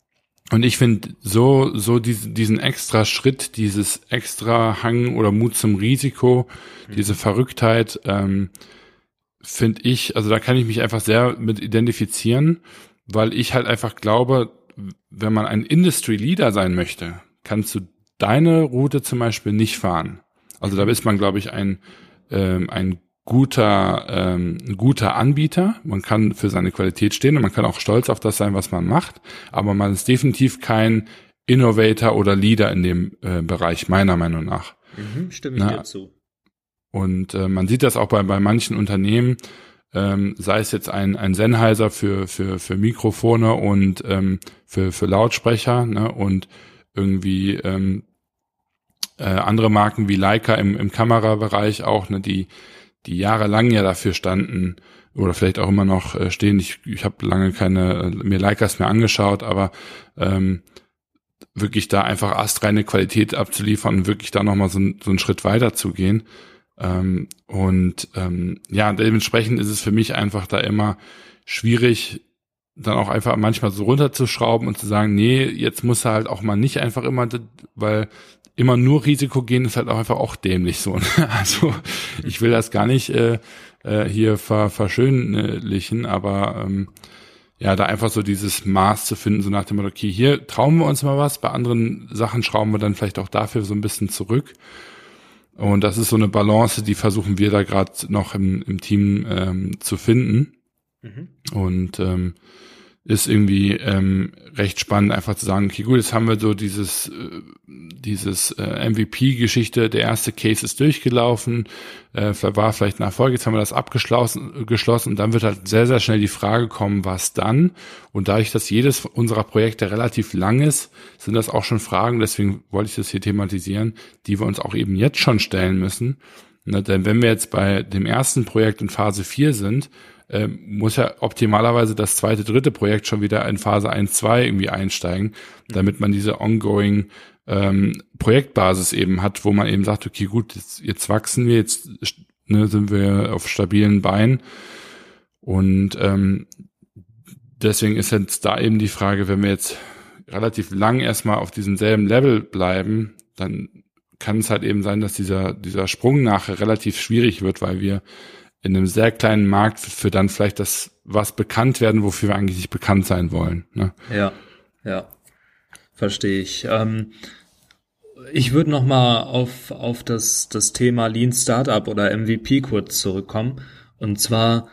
und ich finde so so diese, diesen extra Schritt, dieses extra Hang oder Mut zum Risiko, mhm. diese Verrücktheit, ähm, finde ich, also da kann ich mich einfach sehr mit identifizieren, weil ich halt einfach glaube, wenn man ein Industry Leader sein möchte, kannst du deine Route zum Beispiel nicht fahren. Also da ist man, glaube ich, ein ähm, ein guter ähm, ein guter Anbieter. Man kann für seine Qualität stehen und man kann auch stolz auf das sein, was man macht. Aber man ist definitiv kein Innovator oder Leader in dem äh, Bereich, meiner Meinung nach. Mhm, stimme ich Na, dir zu. Und äh, man sieht das auch bei bei manchen Unternehmen, ähm, sei es jetzt ein ein Sennheiser für für für Mikrofone und ähm, für für Lautsprecher, ne, und irgendwie ähm, äh, andere Marken wie Leica im im Kamerabereich auch, ne, die die jahrelang ja dafür standen oder vielleicht auch immer noch äh, stehen. Ich ich habe lange keine mir Leicas mehr angeschaut, aber ähm, wirklich da einfach astreine Qualität abzuliefern und wirklich da nochmal so, so einen Schritt weiter zu gehen. Ähm, und ähm, ja, dementsprechend ist es für mich einfach da immer schwierig, dann auch einfach manchmal so runterzuschrauben und zu sagen, nee, jetzt muss er halt auch mal nicht einfach immer, weil immer nur Risiko gehen ist halt auch einfach auch dämlich so. Ne? Also ich will das gar nicht äh, äh, hier ver verschönlichen, aber ähm, ja, da einfach so dieses Maß zu finden, so nach dem Motto, okay, hier trauen wir uns mal was, bei anderen Sachen schrauben wir dann vielleicht auch dafür so ein bisschen zurück. Und das ist so eine Balance, die versuchen wir da gerade noch im, im Team ähm, zu finden. Mhm. Und ähm, ist irgendwie ähm, recht spannend, einfach zu sagen, okay, gut, jetzt haben wir so dieses äh, dieses äh, M V P-Geschichte, der erste Case ist durchgelaufen, äh, war vielleicht ein Erfolg, jetzt haben wir das abgeschlossen geschlossen und dann wird halt sehr, sehr schnell die Frage kommen, was dann? Und dadurch, dass jedes unserer Projekte relativ lang ist, sind das auch schon Fragen, deswegen wollte ich das hier thematisieren, die wir uns auch eben jetzt schon stellen müssen. Na, denn wenn wir jetzt bei dem ersten Projekt in Phase vier sind, Ähm, muss ja optimalerweise das zweite, dritte Projekt schon wieder in Phase eins, zwei irgendwie einsteigen, damit man diese ongoing ähm, Projektbasis eben hat, wo man eben sagt, okay, gut, jetzt, jetzt wachsen wir, jetzt ne, sind wir auf stabilen Beinen und ähm, deswegen ist jetzt da eben die Frage, wenn wir jetzt relativ lang erstmal auf diesem selben Level bleiben, dann kann es halt eben sein, dass dieser, dieser Sprung nachher relativ schwierig wird, weil wir in einem sehr kleinen Markt für dann vielleicht das was bekannt werden, wofür wir eigentlich nicht bekannt sein wollen. Ne? Ja, ja, verstehe ich. Ähm, ich würde noch mal auf auf das das Thema Lean Startup oder M V P kurz zurückkommen. Und zwar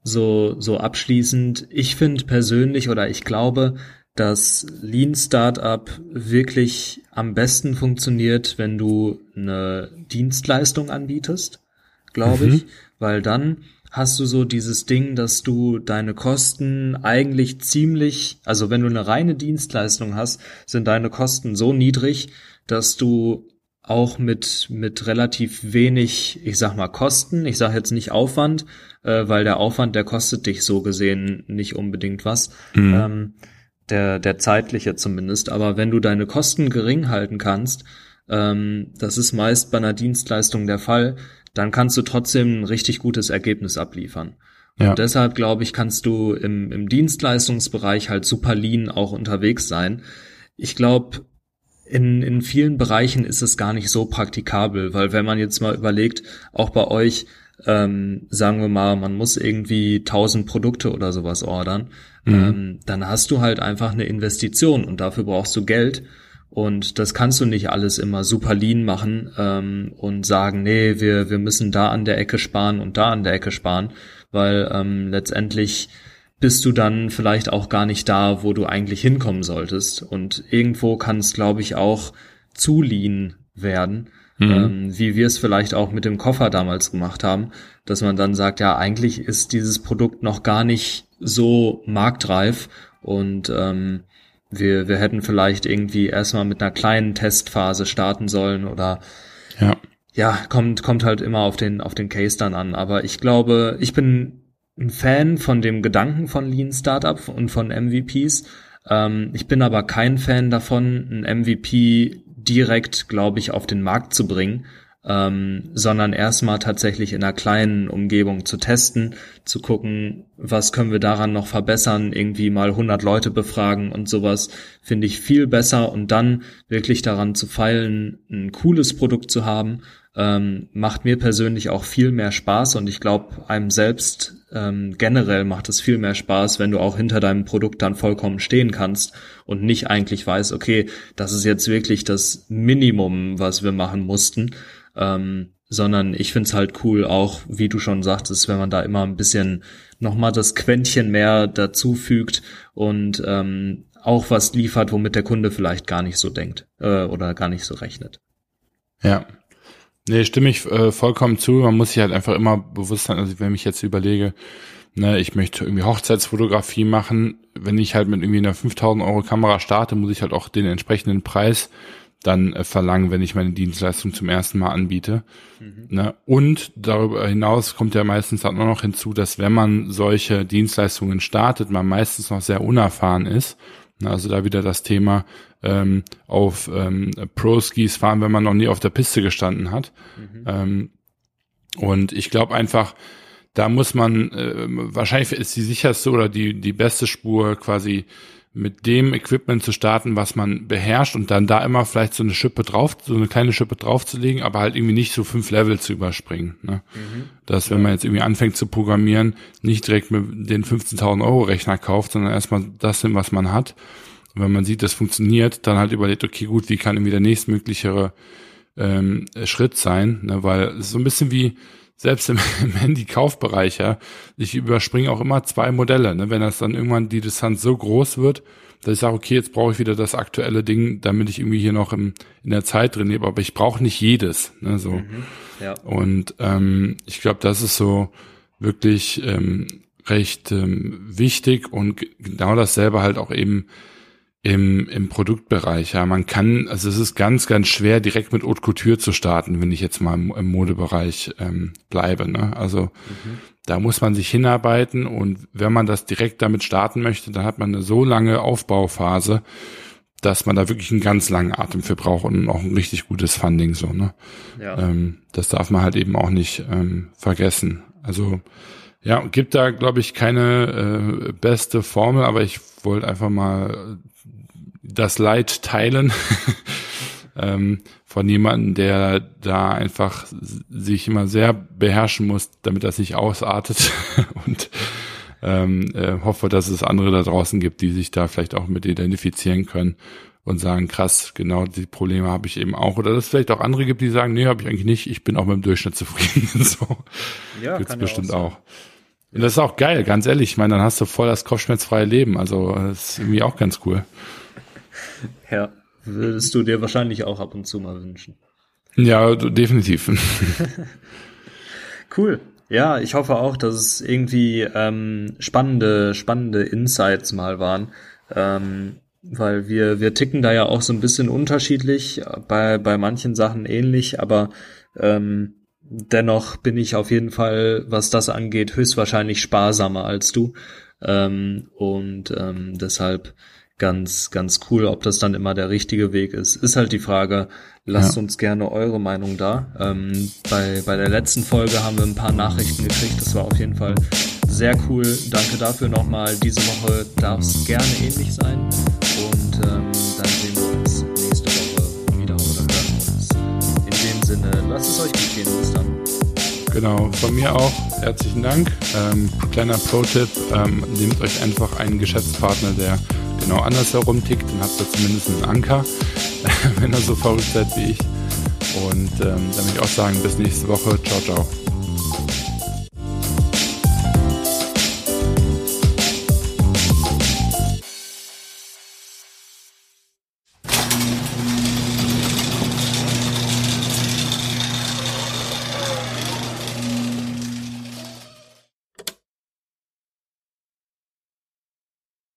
so so abschließend. Ich finde persönlich oder ich glaube, dass Lean Startup wirklich am besten funktioniert, wenn du eine Dienstleistung anbietest, glaube ich. Mhm. Weil dann hast du so dieses Ding, dass du deine Kosten eigentlich ziemlich, also wenn du eine reine Dienstleistung hast, sind deine Kosten so niedrig, dass du auch mit mit relativ wenig, ich sag mal Kosten, ich sag jetzt nicht Aufwand, äh, weil der Aufwand, der kostet dich so gesehen nicht unbedingt was, mhm. ähm, der der zeitliche zumindest, aber wenn du deine Kosten gering halten kannst, ähm, das ist meist bei einer Dienstleistung der Fall, dann kannst du trotzdem ein richtig gutes Ergebnis abliefern. Ja. Und deshalb, glaube ich, kannst du im, im Dienstleistungsbereich halt super lean auch unterwegs sein. Ich glaube, in, in vielen Bereichen ist es gar nicht so praktikabel, weil wenn man jetzt mal überlegt, auch bei euch, ähm, sagen wir mal, man muss irgendwie tausend Produkte oder sowas ordern, mhm. ähm, dann hast du halt einfach eine Investition und dafür brauchst du Geld. Und das kannst du nicht alles immer super lean machen ähm, und sagen, nee, wir wir müssen da an der Ecke sparen und da an der Ecke sparen, weil ähm, letztendlich bist du dann vielleicht auch gar nicht da, wo du eigentlich hinkommen solltest. Und irgendwo kann es, glaube ich, auch zu lean werden, mhm. ähm, wie wir es vielleicht auch mit dem Koffer damals gemacht haben, dass man dann sagt, ja, eigentlich ist dieses Produkt noch gar nicht so marktreif und ähm, Wir, wir hätten vielleicht irgendwie erstmal mit einer kleinen Testphase starten sollen oder ja, ja kommt kommt halt immer auf den auf den Case dann an. Aber ich glaube, ich bin ein Fan von dem Gedanken von Lean Startup und von M V Ps. Ähm, ich bin aber kein Fan davon, ein M V P direkt, glaube ich, auf den Markt zu bringen, ähm, sondern erstmal tatsächlich in einer kleinen Umgebung zu testen, zu gucken, was können wir daran noch verbessern, irgendwie mal hundert Leute befragen und sowas, finde ich viel besser und dann wirklich daran zu feilen, ein cooles Produkt zu haben, ähm, macht mir persönlich auch viel mehr Spaß und ich glaube, einem selbst ähm, generell macht es viel mehr Spaß, wenn du auch hinter deinem Produkt dann vollkommen stehen kannst und nicht eigentlich weißt, okay, das ist jetzt wirklich das Minimum, was wir machen mussten, Ähm, sondern ich find's halt cool, auch wie du schon sagtest, wenn man da immer ein bisschen nochmal das Quäntchen mehr dazu fügt und ähm, auch was liefert, womit der Kunde vielleicht gar nicht so denkt äh, oder gar nicht so rechnet. Ja, nee, stimme ich äh, vollkommen zu. Man muss sich halt einfach immer bewusst sein, also wenn ich jetzt überlege, ne, ich möchte irgendwie Hochzeitsfotografie machen, wenn ich halt mit irgendwie einer fünftausend Euro Kamera starte, muss ich halt auch den entsprechenden Preis dann äh, verlangen, wenn ich meine Dienstleistung zum ersten Mal anbiete. Mhm. Ne? Und darüber hinaus kommt ja meistens dann auch noch hinzu, dass wenn man solche Dienstleistungen startet, man meistens noch sehr unerfahren ist. Ne? Also da wieder das Thema ähm, auf ähm, Pro-Skis fahren, wenn man noch nie auf der Piste gestanden hat. Mhm. Ähm, und ich glaube einfach, da muss man, äh, wahrscheinlich ist die sicherste oder die die beste Spur quasi mit dem Equipment zu starten, was man beherrscht und dann da immer vielleicht so eine Schippe drauf, so eine kleine Schippe draufzulegen, aber halt irgendwie nicht so fünf Level zu überspringen. Ne? Mhm. Dass, wenn man jetzt irgendwie anfängt zu programmieren, nicht direkt mit den fünfzehntausend Euro Rechner kauft, sondern erstmal das nimmt, was man hat. Und wenn man sieht, das funktioniert, dann halt überlegt, okay, gut, wie kann irgendwie der nächstmöglichere ähm, Schritt sein? Ne? Weil es ist so ein bisschen wie, selbst im, im Handy-Kaufbereich, ja, ich überspringe auch immer zwei Modelle, ne, wenn das dann irgendwann die Distanz so groß wird, dass ich sage, okay, jetzt brauche ich wieder das aktuelle Ding, damit ich irgendwie hier noch im, in der Zeit drin lebe, aber ich brauche nicht jedes, ne, so. Mhm, ja. Und ähm, ich glaube, das ist so wirklich ähm, recht ähm, wichtig und genau dasselbe halt auch eben im im Produktbereich. Ja, man kann, also es ist ganz, ganz schwer, direkt mit Haute Couture zu starten, wenn ich jetzt mal im, im Modebereich ähm, bleibe. Ne? Also mhm. da muss man sich hinarbeiten und wenn man das direkt damit starten möchte, dann hat man eine so lange Aufbauphase, dass man da wirklich einen ganz langen Atem für braucht und auch ein richtig gutes Funding. So, ne? Ja. Ähm, das darf man halt eben auch nicht ähm, vergessen. Also ja, gibt da, glaube ich, keine äh, beste Formel, aber ich wollte einfach mal das Leid teilen ähm, von jemandem, der da einfach sich immer sehr beherrschen muss, damit das nicht ausartet und ähm, äh, hoffe, dass es andere da draußen gibt, die sich da vielleicht auch mit identifizieren können und sagen, krass, genau die Probleme habe ich eben auch. Oder dass es vielleicht auch andere gibt, die sagen, nee, habe ich eigentlich nicht, ich bin auch mit dem Durchschnitt zufrieden. So ja, gibt's bestimmt auch. auch. Und das ist auch geil, ganz ehrlich. Ich meine, dann hast du voll das kopfschmerzfreie Leben. Also das ist irgendwie auch ganz cool. Ja, würdest du dir wahrscheinlich auch ab und zu mal wünschen. Ja, definitiv. Cool. Ja, ich hoffe auch, dass es irgendwie ähm, spannende, spannende Insights mal waren, ähm, weil wir wir ticken da ja auch so ein bisschen unterschiedlich, bei bei manchen Sachen ähnlich, aber ähm, dennoch bin ich auf jeden Fall, was das angeht, höchstwahrscheinlich sparsamer als du ähm, und ähm, deshalb ganz, ganz cool, ob das dann immer der richtige Weg ist. Ist halt die Frage, lasst ja. uns gerne eure Meinung da. Ähm, bei, bei der letzten Folge haben wir ein paar Nachrichten gekriegt, das war auf jeden Fall sehr cool. Danke dafür nochmal. Diese Woche darf es gerne ähnlich sein und ähm, dann sehen wir uns nächste Woche wieder oder hören uns. In dem Sinne, lasst es euch gut gehen. Bis dann. Genau, von mir auch herzlichen Dank. Ähm, kleiner Pro-Tipp, ähm, nehmt euch einfach einen Geschäftspartner, der genau andersherum tickt, dann habt ihr zumindest einen Anker, wenn ihr so verrückt seid wie ich. Und ähm, dann würde ich auch sagen, bis nächste Woche. Ciao, ciao.